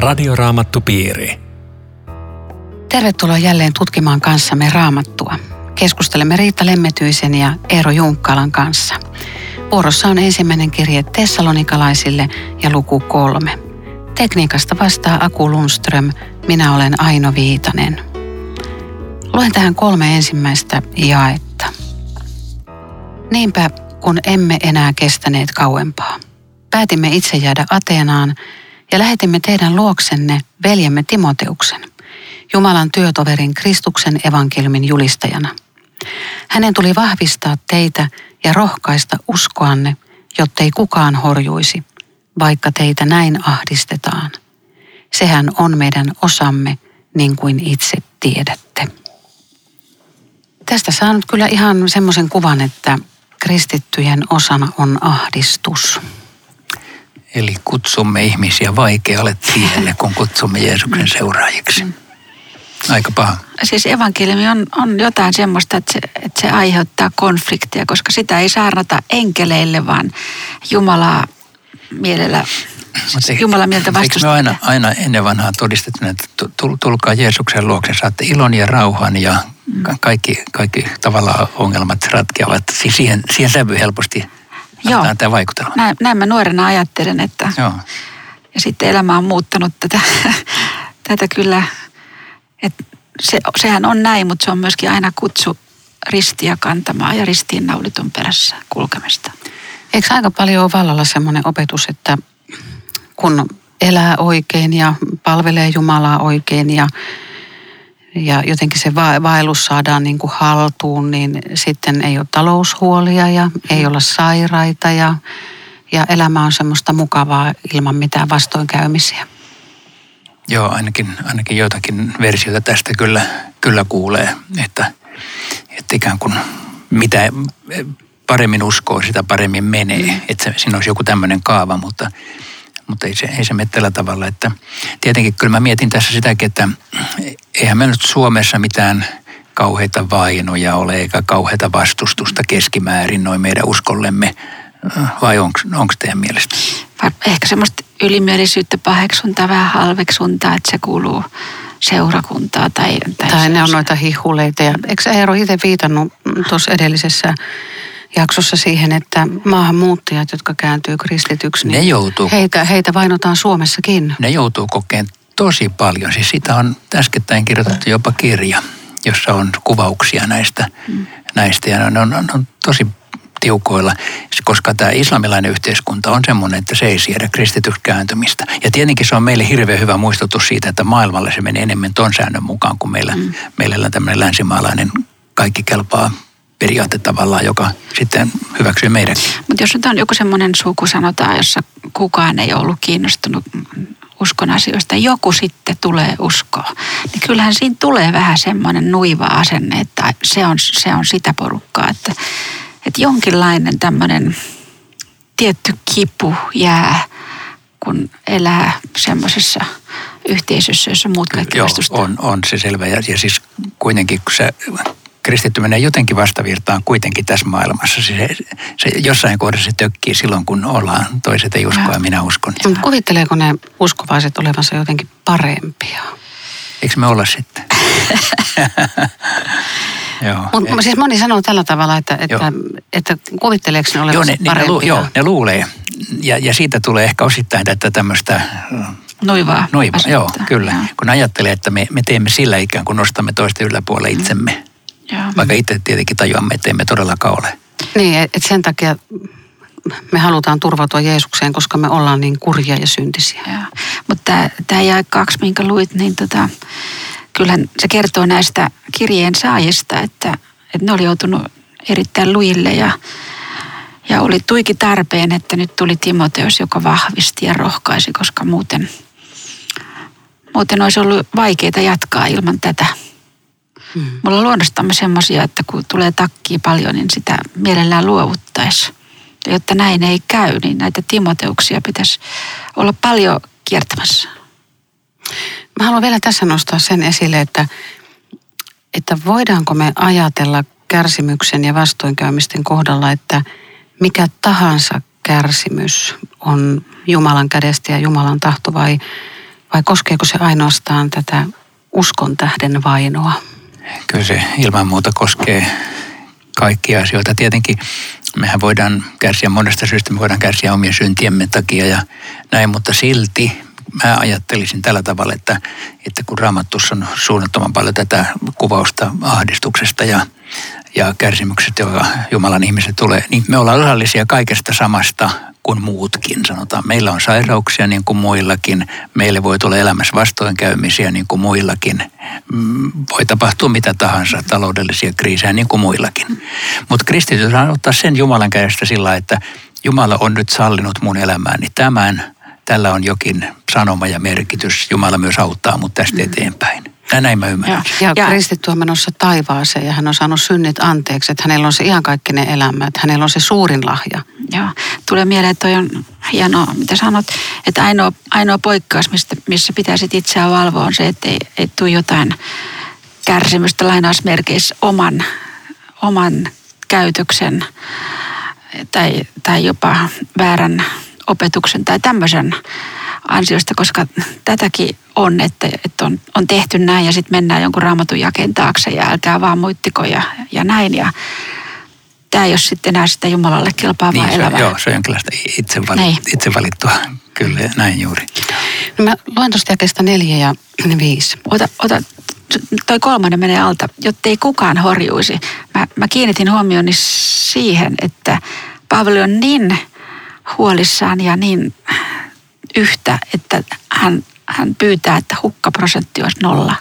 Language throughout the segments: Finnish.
Radioraamattupiiri. Tervetuloa jälleen tutkimaan kanssamme Raamattua. Keskustelemme Riitta Lemmetyisen ja Eero Junkkalan kanssa. Vuorossa on ensimmäinen kirje Tessalonikalaisille ja luku 3. Tekniikasta vastaa Aku Lundström, minä olen Aino Viitanen. Luen tähän 3 ensimmäistä jaetta. Niinpä, kun emme enää kestäneet kauempaa. Päätimme itse jäädä Ateenaan ja lähetimme teidän luoksenne veljemme Timoteuksen, Jumalan työtoverin Kristuksen evankeliumin julistajana. Hänen tuli vahvistaa teitä ja rohkaista uskoanne, jottei kukaan horjuisi, vaikka teitä näin ahdistetaan. Sehän on meidän osamme, niin kuin itse tiedätte. Tästä saa nyt kyllä ihan semmoisen kuvan, että kristittyjen osana on ahdistus. Eli kutsumme ihmisiä vaikealle tielle, kun kutsumme Jeesuksen seuraajiksi. Aika paha. Siis evankeliumi on jotain semmoista, että se aiheuttaa konfliktia, koska sitä ei saarnata enkeleille, vaan Jumalaa mielellä. Jumalan mieltä vastustetaan. Eikö me aina ennen vanhaa todistettu, että tulkaa Jeesuksen luokse, saatte ilon ja rauhan ja kaikki tavallaan ongelmat ratkeavat. Siis siihen sävyyn helposti antaa tämä vaikutelma. Näin mä nuorena ajattelen, että Joo. Ja sitten elämä on muuttanut tätä kyllä, että sehän on näin, mutta se on myöskin aina kutsu ristiä kantamaan ja ristiinnaulitun perässä kulkemista. Eikö aika paljon ole vallalla semmoinen opetus, että kun elää oikein ja palvelee Jumalaa oikein ja jotenkin se vaellus saadaan niin kuin haltuun, niin sitten ei ole taloushuolia ja ei olla sairaita ja elämä on semmoista mukavaa ilman mitään vastoinkäymisiä. Joo, ainakin joitakin versioita tästä kyllä kuulee, että ikään kuin mitä paremmin uskoo, sitä paremmin menee. Että siinä olisi joku tämmöinen kaava, mutta ei se mene tällä tavalla. Että tietenkin kyllä mä mietin tässä sitäkin, että eihän me nyt Suomessa mitään kauheita vainoja ole eikä kauheita vastustusta keskimäärin noin meidän uskollemme. Vai onko teidän mielestä? Ehkä semmoista ylimielisyyttä, paheksuntaa, vähän halveksuntaa, että se kuuluu seurakuntaa. Tai ne on noita hihuleita. Ja eikö Eero itse viitannut tuossa edellisessä jaksossa siihen, että maahanmuuttajat, jotka kääntyy kristityksi, niin heitä vainotaan Suomessakin. Ne joutuu kokemaan tosi paljon. Siis sitä on äskettäin kirjoitettu jopa kirja, jossa on kuvauksia näistä ja ne on tosi tiukoilla, koska tämä islamilainen yhteiskunta on semmoinen, että se ei siedä kristityksi kääntymistä. Ja tietenkin se on meille hirveän hyvä muistutus siitä, että maailmalla se menee enemmän ton säännön mukaan, kuin meillä on tämmöinen länsimaalainen kaikki kelpaa periaate tavallaan, joka sitten hyväksyy meidänkin. Mutta jos nyt on joku semmoinen suku, sanotaan, jossa kukaan ei ollut kiinnostunut uskon asioista, joku sitten tulee uskoa, niin kyllähän siinä tulee vähän semmoinen nuiva asenne, että se on sitä porukkaa, että jonkinlainen tämmöinen tietty kipu jää, kun elää semmoisessa yhteisössä, jossa muut kaikki vastustaa. Joo, on se selvä. Ja siis kuitenkin, kun se kristitty menee jotenkin vastavirtaan kuitenkin tässä maailmassa. Se jossain kohdassa se tökkii silloin, kun ollaan toiset ei uskoa ja minä uskon. Kuvitteleeko ne uskovaiset olevansa jotenkin parempia? Eikö me olla sitten? Mutta siis moni sanoo tällä tavalla, että kuvitteleeko ne olevansa parempia? Joo, ne luulee. Ja siitä tulee ehkä osittain tätä tämmöistä Noivaa. Joo, kyllä. Kun ajattelee, että me teemme sillä ikään kuin nostamme toisten yläpuolelle itsemme. Vaikka itse tietenkin tajuamme, että emme todellakaan ole. Niin, että sen takia me halutaan turvautua Jeesukseen, koska me ollaan niin kurjia ja syntisiä. Mutta tämä jae 2, minkä luit, niin kyllähän se kertoo näistä kirjeen saajista, että ne oli joutunut erittäin lujille ja oli tuiki tarpeen, että nyt tuli Timoteus, joka vahvisti ja rohkaisi, koska muuten olisi ollut vaikeaa jatkaa ilman tätä. Mulla on luonnostamme semmoisia, että kun tulee takkia paljon, niin sitä mielellään luovuttaisi. Ja jotta näin ei käy, niin näitä Timoteuksia pitäisi olla paljon kiertämässä. Mä haluan vielä tässä nostaa sen esille, että voidaanko me ajatella kärsimyksen ja vastoinkäymisten kohdalla, että mikä tahansa kärsimys on Jumalan kädestä ja Jumalan tahto vai Vai koskeeko se ainoastaan tätä uskon tähden vainoa? Kyllä se ilman muuta koskee kaikkia asioita. Tietenkin mehän voidaan kärsiä monesta syystä, me voidaan kärsiä omien syntiemme takia ja näin, mutta silti mä ajattelisin tällä tavalla, että kun Raamatussa on suunnattoman paljon tätä kuvausta ahdistuksesta ja kärsimyksestä, joka Jumalan ihmiset tulee, niin me ollaan osallisia kaikesta samasta kuin muutkin, sanotaan. Meillä on sairauksia niin kuin muillakin, meille voi tulla elämässä vastoinkäymisiä niin kuin muillakin, voi tapahtua mitä tahansa, taloudellisia kriisejä niin kuin muillakin. Mutta kristityt saa ottaa sen Jumalan kädestä sillä, että Jumala on nyt sallinut mun elämääni tällä on jokin sanoma ja merkitys. Jumala myös auttaa mut tästä eteenpäin. Näin mä ymmärrän. Ja kristitty on menossa taivaaseen ja hän on saanut synnit anteeksi, että hänellä on se iankaikkinen elämä, että hänellä on se suurin lahja. Joo, tulee mieleen, että toi on hienoa, mitä sanot, että ainoa poikkeus, missä pitäisi itseään valvoa, on se, että ei tule jotain kärsimystä lainausmerkeissä oman käytöksen tai jopa väärän opetuksen tai tämmöisen ansiosta, koska tätäkin on, että on tehty näin ja sitten mennään jonkun Raamatun jakeen taakse ja älkää vaan muittiko ja näin. Ja tämä ei ole sitten enää sitä Jumalalle kelpaavaa elämää. Joo, se on jonkinlaista itse valittua. Kyllä, näin juuri. No mä luen tuosta jakeesta 4 ja 5. Ota, toi 3 menee alta, jottei kukaan horjuisi. Mä kiinnitin huomioni siihen, että Paavali on niin huolissaan ja niin yhtä, että hän pyytää, että hukkaprosentti olisi 0.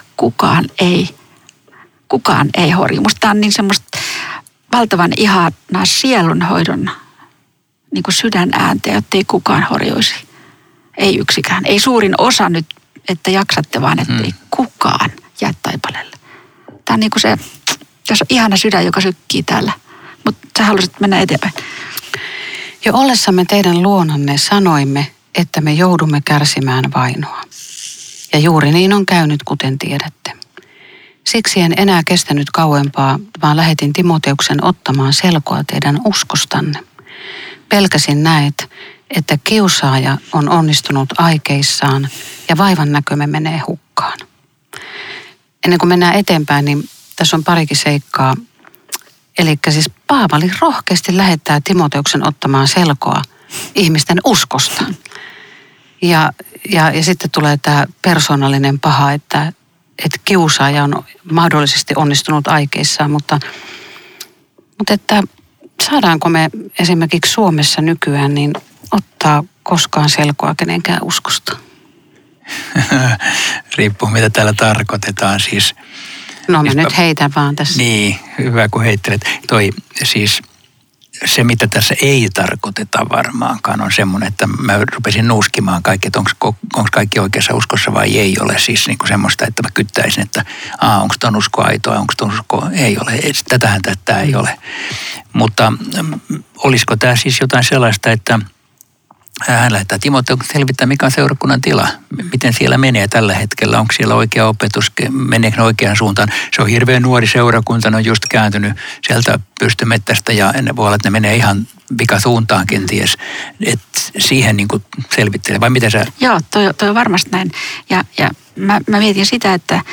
Kukaan ei horju. Musta on niin semmoista valtavan ihanaa sielunhoidon niin kuin sydänääntä, jotta ei kukaan horjuisi. Ei yksikään. Ei suurin osa nyt, että jaksatte, vaan että ei kukaan jää taipaleelle. Tämä on niin kuin se, tässä on ihana sydän, joka sykkii täällä. Mutta sä haluaisit mennä eteenpäin. Jo ollessamme teidän luonanne sanoimme, että me joudumme kärsimään vainoa. Ja juuri niin on käynyt, kuten tiedätte. Siksi en enää kestänyt kauempaa, vaan lähetin Timoteuksen ottamaan selkoa teidän uskostanne. Pelkäsin näet, että kiusaaja on onnistunut aikeissaan ja vaivan näkömme menee hukkaan. Ennen kuin mennään eteenpäin, niin tässä on parikin seikkaa. Eli siis Paavali rohkeasti lähettää Timoteuksen ottamaan selkoa ihmisten uskosta. Ja sitten tulee tämä persoonallinen paha, että kiusaaja on mahdollisesti onnistunut aikeissaan, mutta että saadaanko me esimerkiksi Suomessa nykyään niin ottaa koskaan selkoa kenenkään uskosta? Riippuu mitä täällä tarkoitetaan siis. No mä nyt heitän vaan tässä. Niin, hyvä kun heittelet. Siis se, mitä tässä ei tarkoiteta varmaankaan, on semmoinen, että mä rupesin nuuskimaan kaikki, että onko kaikki oikeassa uskossa vai ei ole. Siis niin kuin semmoista, että mä kyttäisin, että onko ton usko aitoa, onko ton usko ei ole. Tätähän tämä ei ole. Mutta olisiko tämä siis jotain sellaista, että hän lähettää Timoteuksen selvittää, mikä on seurakunnan tila. Miten siellä menee tällä hetkellä? Onko siellä oikea opetus? Meneekö ne oikeaan suuntaan? Se on hirveän nuori seurakunta. Ne on just kääntynyt sieltä pystymettästä ja voi olla, että ne menee ihan vikasuuntaan kenties. Et siihen niin kuin selvittelee. Vai miten sä? Joo, toi on varmasti näin. Ja mä mietin sitä, että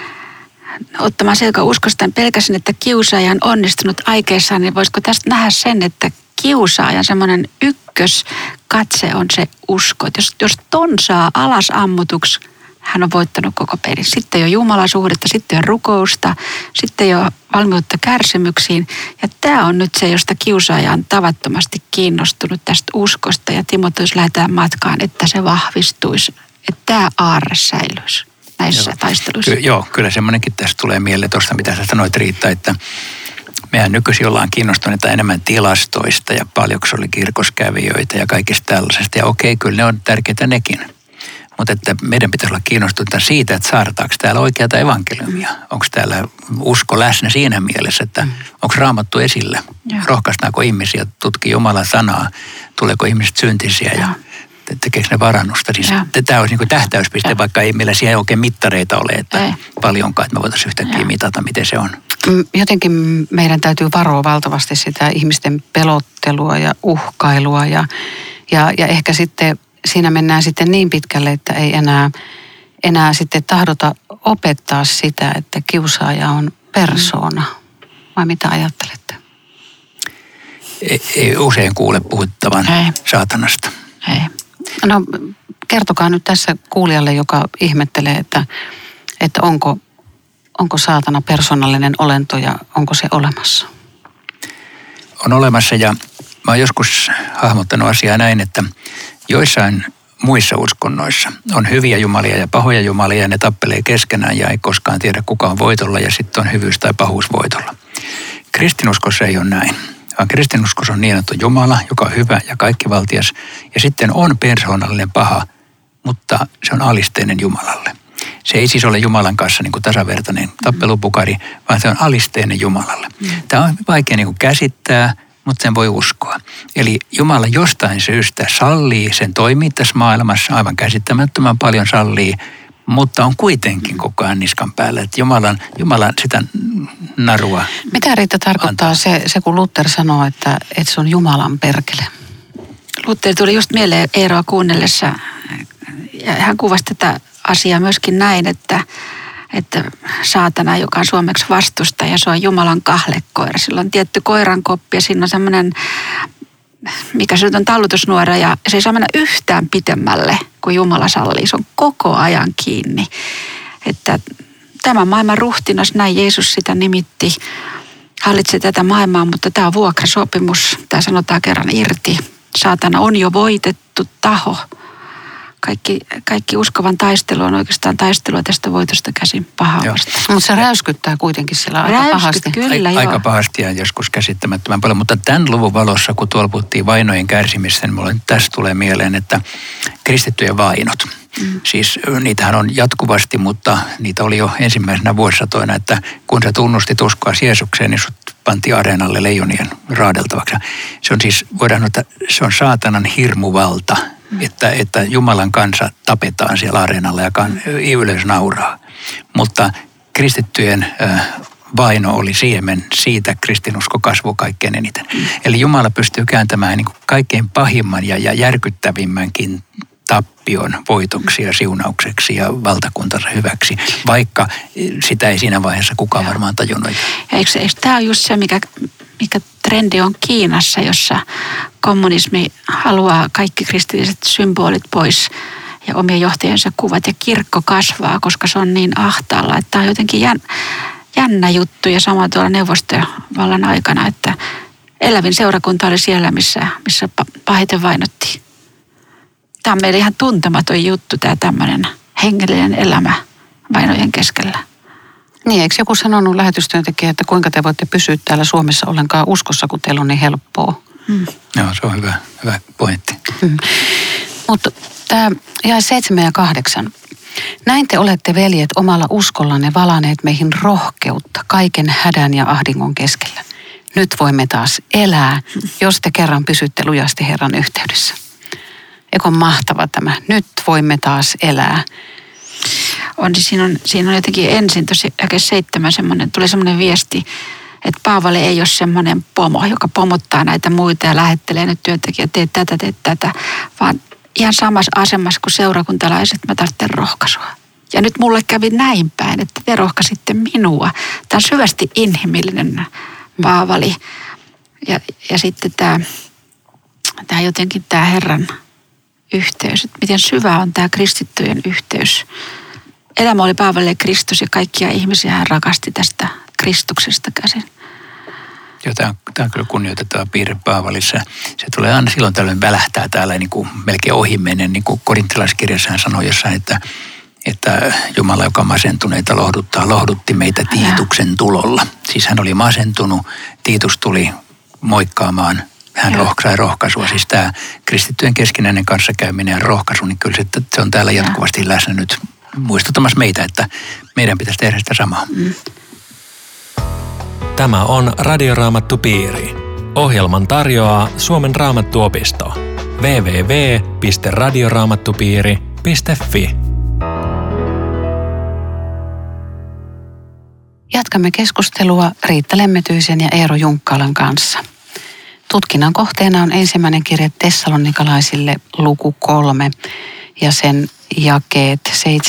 ottamaan selkoa uskosta pelkäsin, että kiusaaja on onnistunut aikeissaan, niin voisiko tästä nähdä sen, että kiusaajan semmoinen ykköskatse on se usko. Jos ton saa alas ammutuksi, hän on voittanut koko pelin. Sitten jo jumalasuhdetta, sitten jo rukousta, sitten jo valmiutta kärsimyksiin. Ja tämä on nyt se, josta kiusaaja on tavattomasti kiinnostunut tästä uskosta. Ja Timoteus lähdetään matkaan, että se vahvistuisi, että tämä aarre säilyisi näissä taisteluissa. Kyllä semmoinenkin tästä tulee mieleen tuosta, mitä sä sanoit Riitta, että mehän nykyisin ollaan kiinnostuneita enemmän tilastoista ja paljonko oli kirkoskävijöitä ja kaikista tällaisesta. Ja okei, kyllä ne on tärkeitä nekin. Mutta että meidän pitäisi olla kiinnostuneita siitä, että saartaako täällä oikeata evankeliumia. Onko täällä usko läsnä siinä mielessä, että onko Raamattu esillä? Rohkaistaanko ihmisiä tutkia Jumalan sanaa? Tuleeko ihmiset syntisiä ja tekeekö ne varannusta? Siis tämä olisi niin tähtäyspiste, vaikka ei meillä siellä oikein mittareita ole, että paljonkaan, että me voitaisiin yhtäkkiä mitata, miten se on. Jotenkin meidän täytyy varoa valtavasti sitä ihmisten pelottelua ja uhkailua ja ehkä sitten siinä mennään sitten niin pitkälle, että ei enää enää sitten tahdota opettaa sitä, että kiusaaja on persoona. Vai mitä ajattelette? Ei usein kuule puhuttavan saatanasta. Ei. No kertokaa nyt tässä kuulijalle, joka ihmettelee, että onko saatana persoonallinen olento ja onko se olemassa? On olemassa ja mä oon joskus hahmottanut asiaa näin, että joissain muissa uskonnoissa on hyviä jumalia ja pahoja jumalia ja ne tappelee keskenään ja ei koskaan tiedä kuka on voitolla ja sitten on hyvyys tai pahuus voitolla. Kristinuskossa ei ole näin, vaan kristinuskossa on niin, että on Jumala, joka on hyvä ja kaikkivaltias ja sitten on persoonallinen paha, mutta se on alisteinen Jumalalle. Se ei siis ole Jumalan kanssa niin kuin tasavertainen tappelupukari, vaan se on alisteinen Jumalalle. Tämä on vaikea niin kuin käsittää, mutta sen voi uskoa. Eli Jumala jostain syystä sallii sen toimia tässä maailmassa, aivan käsittämättömän paljon sallii, mutta on kuitenkin koko ajan niskan päällä, että Jumalan sitä narua. Mitä Riitta tarkoittaa se, kun Luther sanoo, että se on Jumalan perkele? Luther tuli just mieleen Eeroa kuunnellessa, ja hän kuvasi tätä asiaa myöskin näin, että saatana, joka on suomeksi vastustaja, se on Jumalan kahlekoira. Sillä on tietty koirankoppi ja siinä on semmoinen, mikä se on tallutusnuora ja se ei saa mennä yhtään pitemmälle kuin Jumala sallii. Se on koko ajan kiinni. Että tämä maailman ruhtinas, näin Jeesus sitä nimitti, hallitsee tätä maailmaa, mutta tämä on vuokrasopimus. Tämä sanotaan kerran irti. Saatana on jo voitettu taho. Kaikki uskovan taistelu on oikeastaan taistelua tästä voitosta käsin pahaa vastaan. Mutta se räyskyttää kuitenkin sillä aika pahasti. Kyllä, aika pahasti ja joskus käsittämättömän paljon. Mutta tämän luvun valossa, kun tuolla puhuttiin vainojen kärsimistä, niin tästä tulee mieleen, että kristittyjen vainot. Siis niitähän on jatkuvasti, mutta niitä oli jo ensimmäisenä vuosisatoina, että kun sä tunnustit uskoa Jeesukseen, niin sut pantiin areenalle leijonien raadeltavaksi. Se on siis, voidaan sanoa, että se on saatanan hirmuvalta. Että Jumalan kansa tapetaan siellä areenalla ja yleisö nauraa. Mutta kristittyjen vaino oli siemen, siitä kristinusko kasvoi kaikkein eniten. Eli Jumala pystyy kääntämään niin kuin kaikkein pahimman ja järkyttävimmänkin tappion voitoksi ja siunaukseksi ja valtakuntansa hyväksi, vaikka sitä ei siinä vaiheessa kukaan varmaan tajunnut. Eikö tämä ole just se, mikä trendi on Kiinassa, jossa kommunismi haluaa kaikki kristilliset symbolit pois ja omien johtajiensa kuvat ja kirkko kasvaa, koska se on niin ahtaalla, että tämä on jotenkin jännä juttu ja sama tuolla neuvostovallan aikana, että elävin seurakunta oli siellä, missä pahiten vainottiin. Tämä on meille ihan tuntematon juttu, tämä tämmöinen hengellinen elämä vainojen keskellä. Niin, eikö joku sanonut lähetystyöntekijä, että kuinka te voitte pysyä täällä Suomessa ollenkaan uskossa, kun teillä on niin helppoa? Joo, se on hyvä pointti. Mutta tämä jae 7 ja 8. Näin te olette, veljet, omalla uskollanne valaneet meihin rohkeutta kaiken hädän ja ahdingon keskellä. Nyt voimme taas elää, jos te kerran pysytte lujasti Herran yhteydessä. Eikö on mahtava tämä? Nyt voimme taas elää. Siinä on jotenkin ensin tosi 7 tuli semmoinen viesti, että Paavali ei ole semmoinen pomo, joka pomottaa näitä muita ja lähettelee nyt työntekijät, teet tätä, vaan ihan samassa asemassa kuin seurakuntalaiset, mä tarvitsen rohkaisua. Ja nyt mulle kävi näin päin, että te rohkaisitte minua. Tämä on syvästi inhimillinen Paavali. Ja sitten tämä jotenkin tämä Herran yhteys, että miten syvä on tämä kristittyjen yhteys. Elämä oli Paavalille Kristus ja kaikkia ihmisiä hän rakasti tästä Kristuksesta käsin. Joo, tämä on kyllä kunnioitettava piirre Paavalissa. Se tulee aina silloin tällöin välähtää täällä niin kuin melkein ohimennen, niin kuin korintilaiskirjassa hän sanoi jossain, että Jumala, joka masentuneita lohdutti meitä Tiituksen tulolla. Siis hän oli masentunut, Tiitus tuli moikkaamaan, hän sai rohkaisua. Siis tämä kristittyjen keskinäinen kanssakäyminen ja rohkaisu, niin kyllä se on täällä jatkuvasti läsnä nyt muistuttamassa meitä, että meidän pitäisi tehdä sitä samaa. Tämä on Radioraamattupiiri. Ohjelman tarjoaa Suomen Raamattuopisto. www.radioraamattupiiri.fi. Jatkamme keskustelua Riitta Lemmetyisen ja Eero Junkkalan kanssa. Tutkinnan kohteena on ensimmäinen kirje Tessalonikalaisille luku 3 ja sen jakeet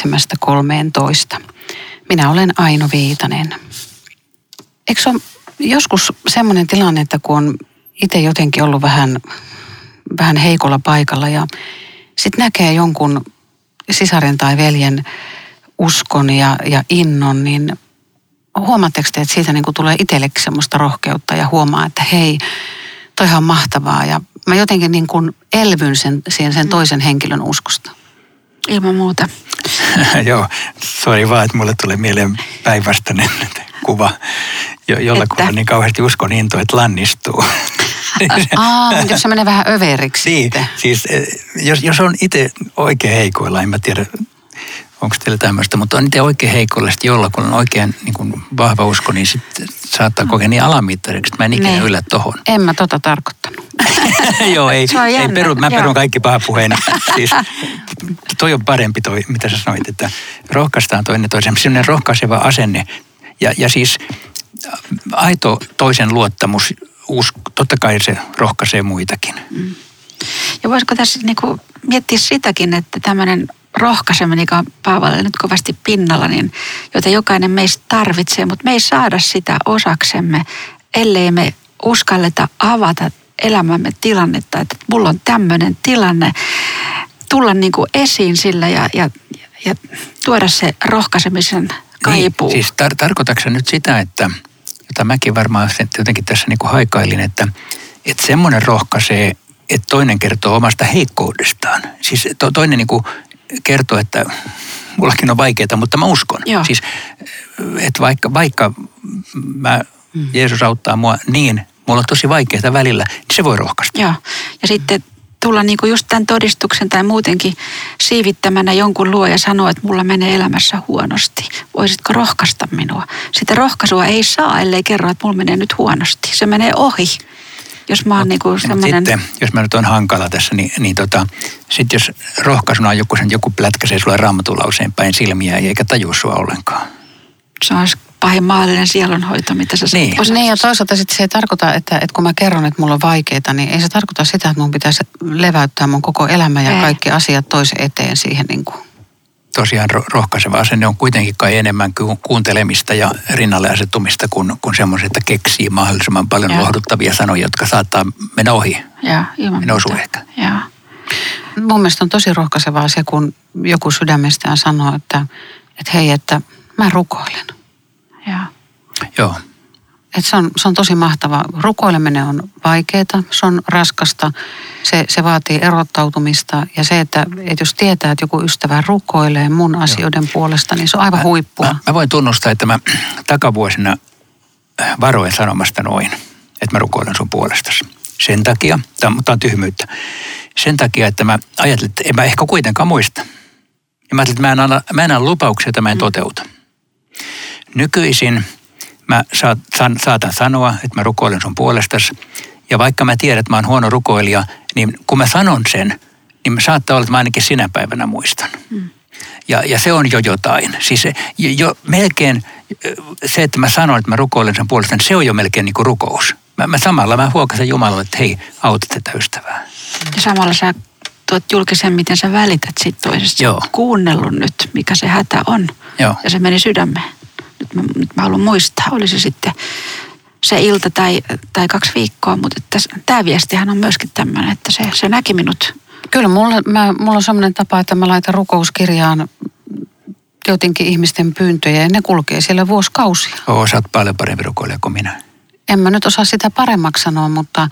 7-13. Minä olen Aino Viitanen. Eikö se ole joskus semmoinen tilanne, että kun on itse jotenkin ollut vähän heikolla paikalla ja sitten näkee jonkun sisaren tai veljen uskon ja innon, niin huomaatteko te, että siitä niin kuin tulee itsellekin semmoista rohkeutta ja huomaa, että hei, toihan on mahtavaa ja mä jotenkin niin kuin elvyn sen toisen henkilön uskosta. Ilman muuta. Joo, sori vaan, että mulle tulee mieleen päinvastainen kuva, jolla kun on niin kauheasti uskon into, että lannistuu. Jos se menee vähän överiksi. Niin, siis jos on itse oikein heikoilla, en mä tiedä, onko teillä tämmöistä, mutta on itse oikein heikoilla, jolla kun on oikein niin kuin vahva usko, niin sitten saattaa kokea niin alamittaisiksi, että mä en ikinä yllä tohon. En mä tarkoittanut. Joo, mä perun kaikki pahapuheina. Siis, toi on parempi mitä sä sanoit, että rohkaistaan toinen toisen. Sellainen rohkaiseva asenne ja siis aito toisen luottamus, totta kai se rohkaisee muitakin. Ja voisiko tässä niinku miettiä sitäkin, että tämmöinen rohkaiseminen, joka on Paavalle nyt kovasti pinnalla, niin jota jokainen meistä tarvitsee, mutta me ei saada sitä osaksemme, ellei me uskalleta avata elämämme tilannetta, että mulla on tämmöinen tilanne, tulla niin kuin esiin sillä ja tuoda se rohkaisemisen kaipuu. Niin, siis tarkoitatko sä nyt sitä, että jota mäkin varmaan jotenkin tässä niin kuin haikailin, että semmoinen rohkaisee, että toinen kertoo omasta heikkoudestaan. Siis toinen niin kuin kertoo, että mullakin on vaikeaa, mutta mä uskon. Joo. Siis, että vaikka Jeesus auttaa mua niin, mulla on tosi vaikeaa välillä, niin se voi rohkaista. Joo. Ja sitten tulla niinku just tämän todistuksen tai muutenkin siivittämänä jonkun luo ja sanoa, että mulla menee elämässä huonosti. Voisitko rohkaista minua? Sitä rohkaisua ei saa, ellei kerro, että mulla menee nyt huonosti. Se menee ohi. Jos mä oon niinku semmoinen... Sitten, jos mä nyt on hankala tässä, niin sitten jos rohkaisuna on joku plätkäsee sulle raamatulauseen päin silmiä eikä tajua sua ollenkaan. Se olisi pahin maallinen sielunhoito, mitä sä niin. Niin ja toisaalta sitten se ei tarkoita, että kun mä kerron, että mulla on vaikeita, niin ei se tarkoita sitä, että mun pitäisi leväyttää mun koko elämä ja kaikki asiat toisen eteen siihen niin kuin. Tosiaan rohkaiseva asenne on kuitenkin kai enemmän kuuntelemista ja rinnalle asettumista kuin semmoiset, että keksii mahdollisimman paljon lohduttavia sanoja, jotka saattaa mennä ohi. Ne osuu ehkä. Ja. Mun mielestä on tosi rohkaiseva asia, kun joku sydämestään sanoo, että hei, että mä rukoilen. Joo. Että se on tosi mahtava. Rukoileminen on vaikeaa, se on raskasta, se vaatii erottautumista ja se, että jos tietää, että joku ystävä rukoilee mun asioiden puolesta, niin se on aivan huippua. Mä voin tunnustaa, että mä takavuosina varoin sanomasta noin, että mä rukoilen sun puolestasi. Sen takia, tämä on tyhmyyttä, sen takia, että mä ajattelin, että en mä ehkä kuitenkaan muista. Ja mä ajattelin, että mä en anna lupauksia, että mä en toteuta. Nykyisin mä saatan sanoa, että mä rukoilen sun puolestasi. Ja vaikka mä tiedän, että mä oon huono rukoilija, niin kun mä sanon sen, niin mä saattaa olla, että mä ainakin sinä päivänä muistan. Ja se on jo jotain. Siis jo melkein se, että mä sanon, että mä rukoilen sen puolestani, se on jo melkein niin kuin rukous. Mä huokasen Jumalalle, että hei, auta tätä ystävää. Ja samalla sä tuot julkisen, miten sä välität siitä toisesta. Joo. Kuunnellut nyt, mikä se hätä on. Joo. Ja se meni sydämeen. Nyt mä haluan muistaa, oli se sitten se ilta tai 2 viikkoa, mutta tämä viestihän on myöskin tämmöinen, että se näki minut. Kyllä, mulla on semmoinen tapa, että mä laitan rukouskirjaan jotenkin ihmisten pyyntöjä ja ne kulkee siellä vuosikausia. Sä oot paljon parempi rukoilija kuin minä. En mä nyt osaa sitä paremmaksi sanoa,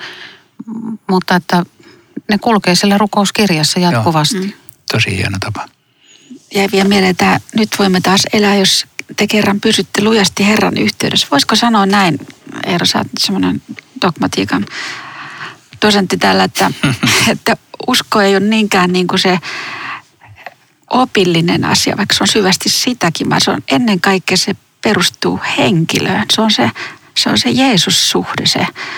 mutta että ne kulkee siellä rukouskirjassa jatkuvasti. Tosi hieno tapa. Jäi vielä mieleen, että nyt voimme taas elää, jos te kerran pysytte lujasti Herran yhteydessä. Voisiko sanoa näin, Eero, sä oot semmoinen dogmatiikan dosentti täällä, että usko ei ole niinkään niin kuin se opillinen asia, vaikka se on syvästi sitäkin, vaan se on ennen kaikkea se perustuu henkilöön. Se on se Jeesus-suhde,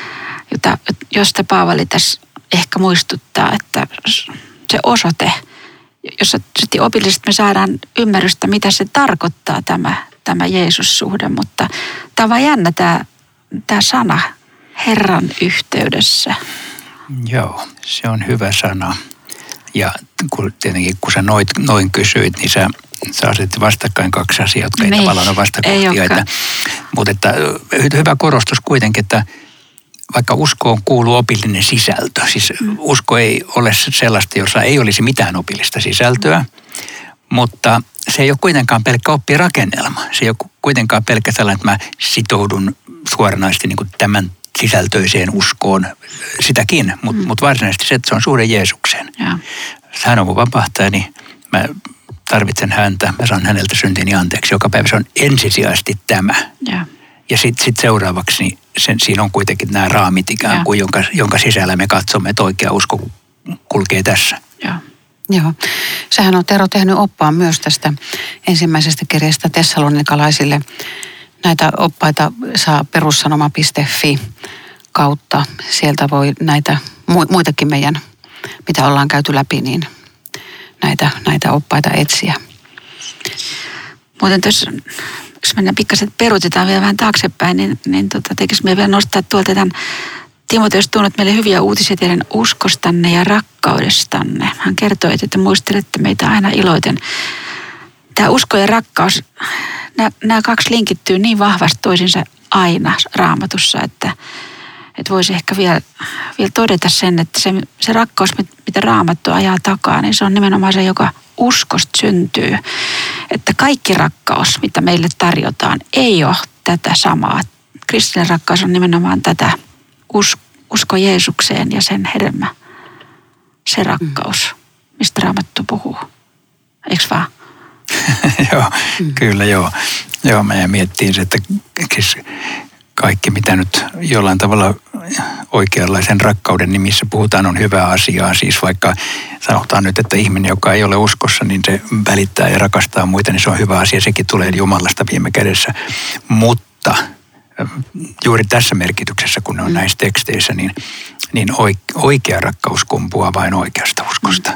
josta Paavali tässä ehkä muistuttaa, että se osoite, jossa sitten opillisesti me saadaan ymmärrystä, mitä se tarkoittaa tämä Jeesus-suhde, mutta tämä on vaan jännä tämä sana Herran yhteydessä. Joo, se on hyvä sana. Ja tietenkin kun sä noin kysyit, niin sä asetit vastakkain kaksi asiaa, jotka ei tavallaan ole vastakohtia. Mutta että hyvä korostus kuitenkin, että vaikka uskoon kuuluu opillinen sisältö, siis usko ei ole sellaista, jossa ei olisi mitään opillista sisältöä, mutta se ei ole kuitenkaan pelkkä oppirakennelma. Se ei ole kuitenkaan pelkkä sellainen, että mä sitoudun suoranaisesti niin kuin tämän sisältöiseen uskoon, sitäkin, mutta varsinaisesti se, että se on suhde Jeesukseen. Ja. Hän on mun vapahtajani, mä tarvitsen häntä, mä saan häneltä syntini anteeksi. Joka päivä se on ensisijaisesti tämä. Ja sitten seuraavaksi niin siinä on kuitenkin nämä raamit ikään kuin, jonka sisällä me katsomme, että oikea usko kulkee tässä. Joo. Sähän on, Tero, tehnyt oppaan myös tästä ensimmäisestä kirjasta tessalonikalaisille. Näitä oppaita saa perussanoma.fi kautta. Sieltä voi näitä muitakin meidän, mitä ollaan käyty läpi, niin näitä oppaita etsiä. Muuten tuossa, jos mennään pikkasen peruutetaan vielä vähän taaksepäin, niin tekisi me vielä nostaa tuolta tämän Timoteus tuonut meille hyviä uutisia teidän uskostanne ja rakkaudestanne. Hän kertoi, että muistelette meitä aina iloiten. Tämä usko ja rakkaus, nämä kaksi linkittyy niin vahvasti toisinsa aina Raamatussa, että voisi ehkä vielä todeta sen, että se rakkaus, mitä Raamattu ajaa takaa, niin se on nimenomaan se, joka uskosta syntyy. Että kaikki rakkaus, mitä meille tarjotaan, ei ole tätä samaa. Kristillinen rakkaus on nimenomaan tätä usko Jeesukseen ja sen hedelmä. Se rakkaus, mistä Raamattu puhuu. Eikö vaan? Joo, kyllä joo. Joo, mä miettiin se, että kaikki mitä nyt jollain tavalla oikeanlaisen rakkauden nimissä puhutaan on hyvää asiaa. Siis vaikka sanotaan nyt, että ihminen, joka ei ole uskossa, niin se välittää ja rakastaa muita, niin se on hyvä asia. Sekin tulee Jumalasta viime kädessä. Mutta juuri tässä merkityksessä, kun ne on näissä teksteissä, niin oikea rakkaus kumpuaa vain oikeasta uskosta.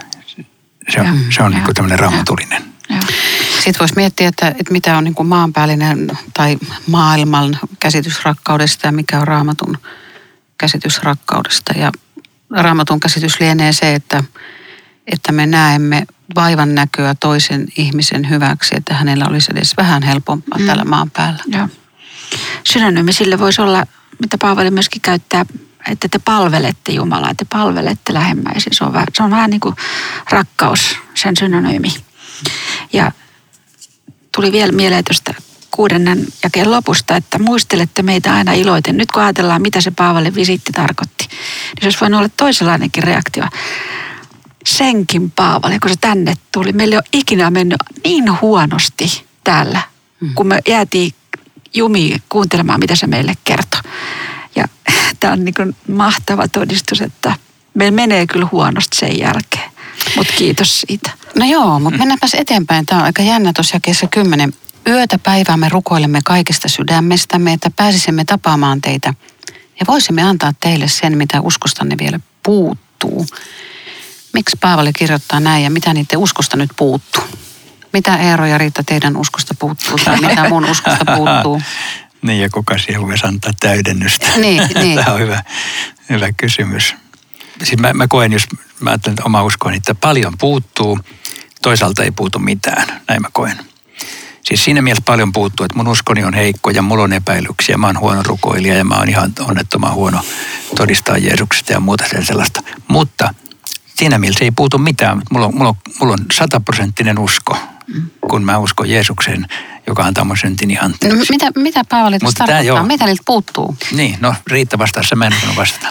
Se on niin kuin tämmöinen raamatullinen. Sitten voisi miettiä, että mitä on niin kuin maanpäällinen tai maailman käsitys rakkaudesta ja mikä on Raamatun käsitys rakkaudesta. Ja Raamatun käsitys lienee se, että me näemme vaivan näköä toisen ihmisen hyväksi, että hänellä olisi edes vähän helpompaa täällä maan päällä. Joo. Synonyymi sille voisi olla, mitä Paavali myöskin käyttää, että te palvelette Jumalaa, te palvelette lähemmäisiä. Se on vähän niin kuin rakkaus, sen synonyymi. Ja tuli vielä mieleen tuosta 6. jakeen lopusta, että muistelette meitä aina iloiten. Nyt kun ajatellaan, mitä se Paavalin visiitti tarkoitti, niin se olisi voinut olla toisenlainenkin reaktio. Senkin Paavali, kun se tänne tuli, meillä ei ole ikinä mennyt niin huonosti täällä, kun me jäätiin jumiin kuuntelemaan, mitä se meille kertoi. Ja tämä on niin kuin mahtava todistus, että meillä menee kyllä huonosti sen jälkeen. Mutta kiitos siitä. No joo, mutta mennäänpäs eteenpäin. Tämä on aika jännä tuossa jakeessa 10. Yötä päivää me rukoilemme kaikista sydämestämme, että pääsisimme tapaamaan teitä. Ja voisimme antaa teille sen, mitä uskostanne vielä puuttuu. Miksi Paavali kirjoittaa näin ja mitä niiden uskosta nyt puuttuu? Mitä Eero ja Riitta teidän uskosta puuttuu tai mitä mun uskosta puuttuu? Niin ja kuka siihen voisi antaa täydennystä? Niin. Tämä on hyvä kysymys. Siis mä koen, jos mä ajattelen oma uskoani, että paljon puuttuu, toisaalta ei puutu mitään, näin mä koen. Siis siinä mielessä paljon puuttuu, että mun uskoni on heikko ja mulla on epäilyksiä, mä oon huono rukoilija ja mä oon ihan onnettoman huono todistaa Jeesuksesta ja muuta sellaista. Mutta siinä mielessä ei puutu mitään, mulla on 100% usko, kun mä uskon Jeesukseen, joka antaa mun syntini anteeksi. No, mitä Paavali tässä tarkoittaa? Mitä niiltä puuttuu? Niin, no Riitta vastassa, mä en osannut vastata.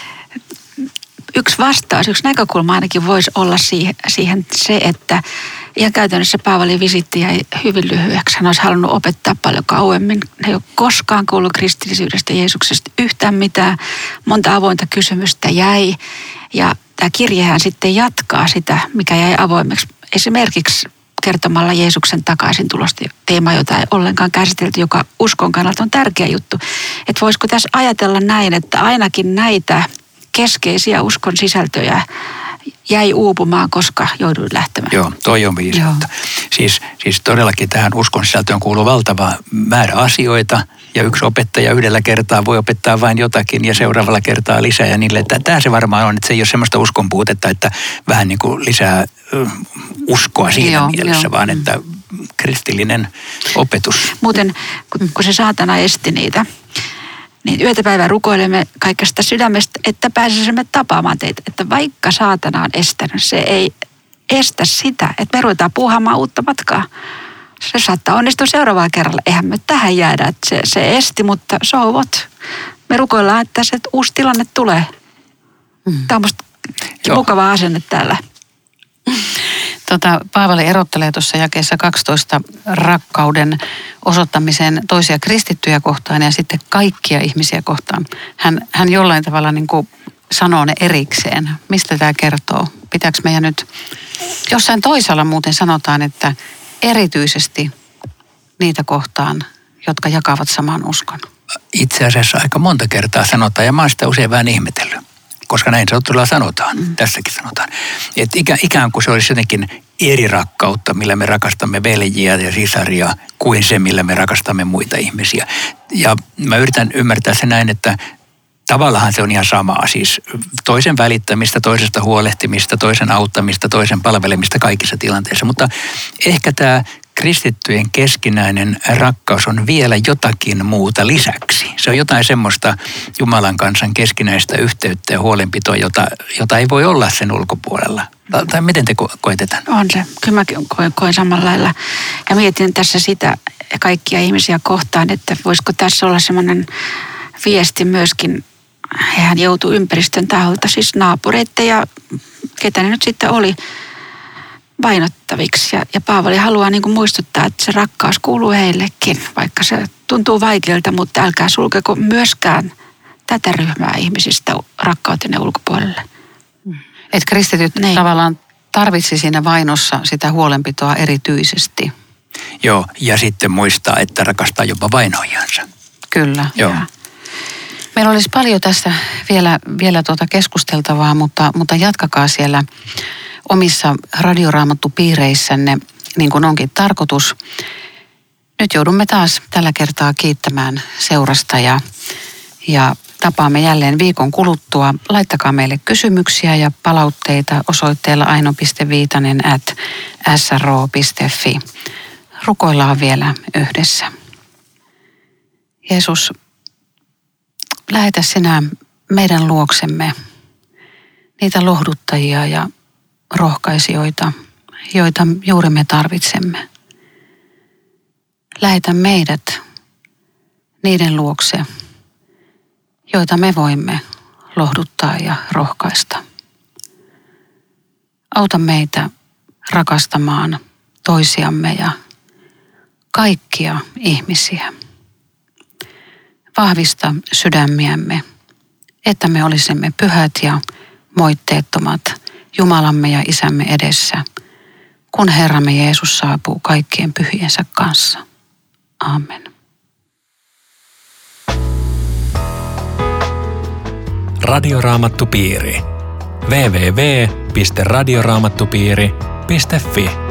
Yksi näkökulma ainakin voisi olla siihen se, että ihan käytännössä Paavalin visiitti jäi hyvin lyhyeksi. Hän olisi halunnut opettaa paljon kauemmin. Hän ei ole koskaan kuullut kristillisyydestä Jeesuksesta yhtään mitään. Monta avointa kysymystä jäi. Ja tämä kirjehän sitten jatkaa sitä, mikä jäi avoimeksi. Esimerkiksi kertomalla Jeesuksen takaisin tulosta teema, jota ei ollenkaan käsitelty, joka uskon kannalta on tärkeä juttu. Että voisiko tässä ajatella näin, että ainakin näitä keskeisiä uskon sisältöjä jäi uupumaan, koska jouduin lähtemään. Joo, toi on viisautta. Siis todellakin tähän uskon sisältöön kuuluu valtava määrä asioita, Ja yksi opettaja yhdellä kertaa voi opettaa vain jotakin ja seuraavalla kertaa lisää ja niille. Tämä se varmaan on, että se ei ole semmoista uskonpuutetta, että vähän niin kuin lisää uskoa siinä mielessä, vaan että kristillinen opetus. Muuten, kun se saatana esti niitä, niin yötä päivää rukoilemme kaikesta sydämestä, että pääsisimme tapaamaan teitä. Että vaikka saatana on estänyt, se ei estä sitä, että me ruvetaan puuhaamaan uutta matkaa. Se saattaa onnistua seuraavalla kerralla. Eihän me tähän jäädä, että se esti, mutta so what? Me rukoillaan, että se uusi tilanne tulee. Tämä on musta mukava asenne täällä. Paavali erottelee tuossa jakeessa 12 rakkauden osoittamisen toisia kristittyjä kohtaan ja sitten kaikkia ihmisiä kohtaan. Hän jollain tavalla niin kuin sanoo ne erikseen. Mistä tämä kertoo? Pitääkö meidän nyt... Jossain toisella muuten sanotaan, että erityisesti niitä kohtaan, jotka jakavat saman uskon. Itse asiassa aika monta kertaa sanotaan, ja mä oon sitä usein vähän ihmetellyt, koska näin todella sanotaan, tässäkin sanotaan. Että ikään kuin se olisi jotenkin eri rakkautta, millä me rakastamme veljiä ja sisaria, kuin se, millä me rakastamme muita ihmisiä. Ja mä yritän ymmärtää se näin, että tavallaan se on ihan samaa, siis toisen välittämistä, toisesta huolehtimista, toisen auttamista, toisen palvelemista kaikissa tilanteissa. Mutta ehkä tämä kristittyjen keskinäinen rakkaus on vielä jotakin muuta lisäksi. Se on jotain semmoista Jumalan kansan keskinäistä yhteyttä ja huolenpitoa, jota ei voi olla sen ulkopuolella. Tai miten te koetetaan? On se. Kyllä mä koen samalla lailla. Ja mietin tässä sitä kaikkia ihmisiä kohtaan, että voisiko tässä olla semmoinen viesti myöskin. Hehän joutui ympäristön taholta, siis naapureita ja ketä ne nyt sitten oli, vainottaviksi. Ja Paavali haluaa niin kuin muistuttaa, että se rakkaus kuuluu heillekin, vaikka se tuntuu vaikealta, mutta älkää sulkeko myöskään tätä ryhmää ihmisistä rakkautenne ulkopuolelle. Että kristityt tavallaan tarvitsi siinä vainossa sitä huolenpitoa erityisesti. Joo, ja sitten muistaa, että rakastaa jopa vainoijansa. Kyllä. Joo. Meillä olisi paljon tässä vielä keskusteltavaa, mutta jatkakaa siellä omissa radioraamattupiireissänne, niin kuin onkin tarkoitus. Nyt joudumme taas tällä kertaa kiittämään seurasta ja tapaamme jälleen viikon kuluttua. Laittakaa meille kysymyksiä ja palautteita osoitteella aino.viitanen@sro.fi. Rukoillaan vielä yhdessä. Jeesus, lähetä sinä meidän luoksemme niitä lohduttajia ja rohkaisijoita, joita juuri me tarvitsemme. Lähetä meidät niiden luokse, joita me voimme lohduttaa ja rohkaista. Auta meitä rakastamaan toisiamme ja kaikkia ihmisiä. Vahvista sydämiämme, että me olisimme pyhät ja moitteettomat Jumalamme ja Isämme edessä, kun Herramme Jeesus saapuu kaikkien pyhiensä kanssa. Amen. Radioraamattupiiri. www.radioraamattupiiri.fi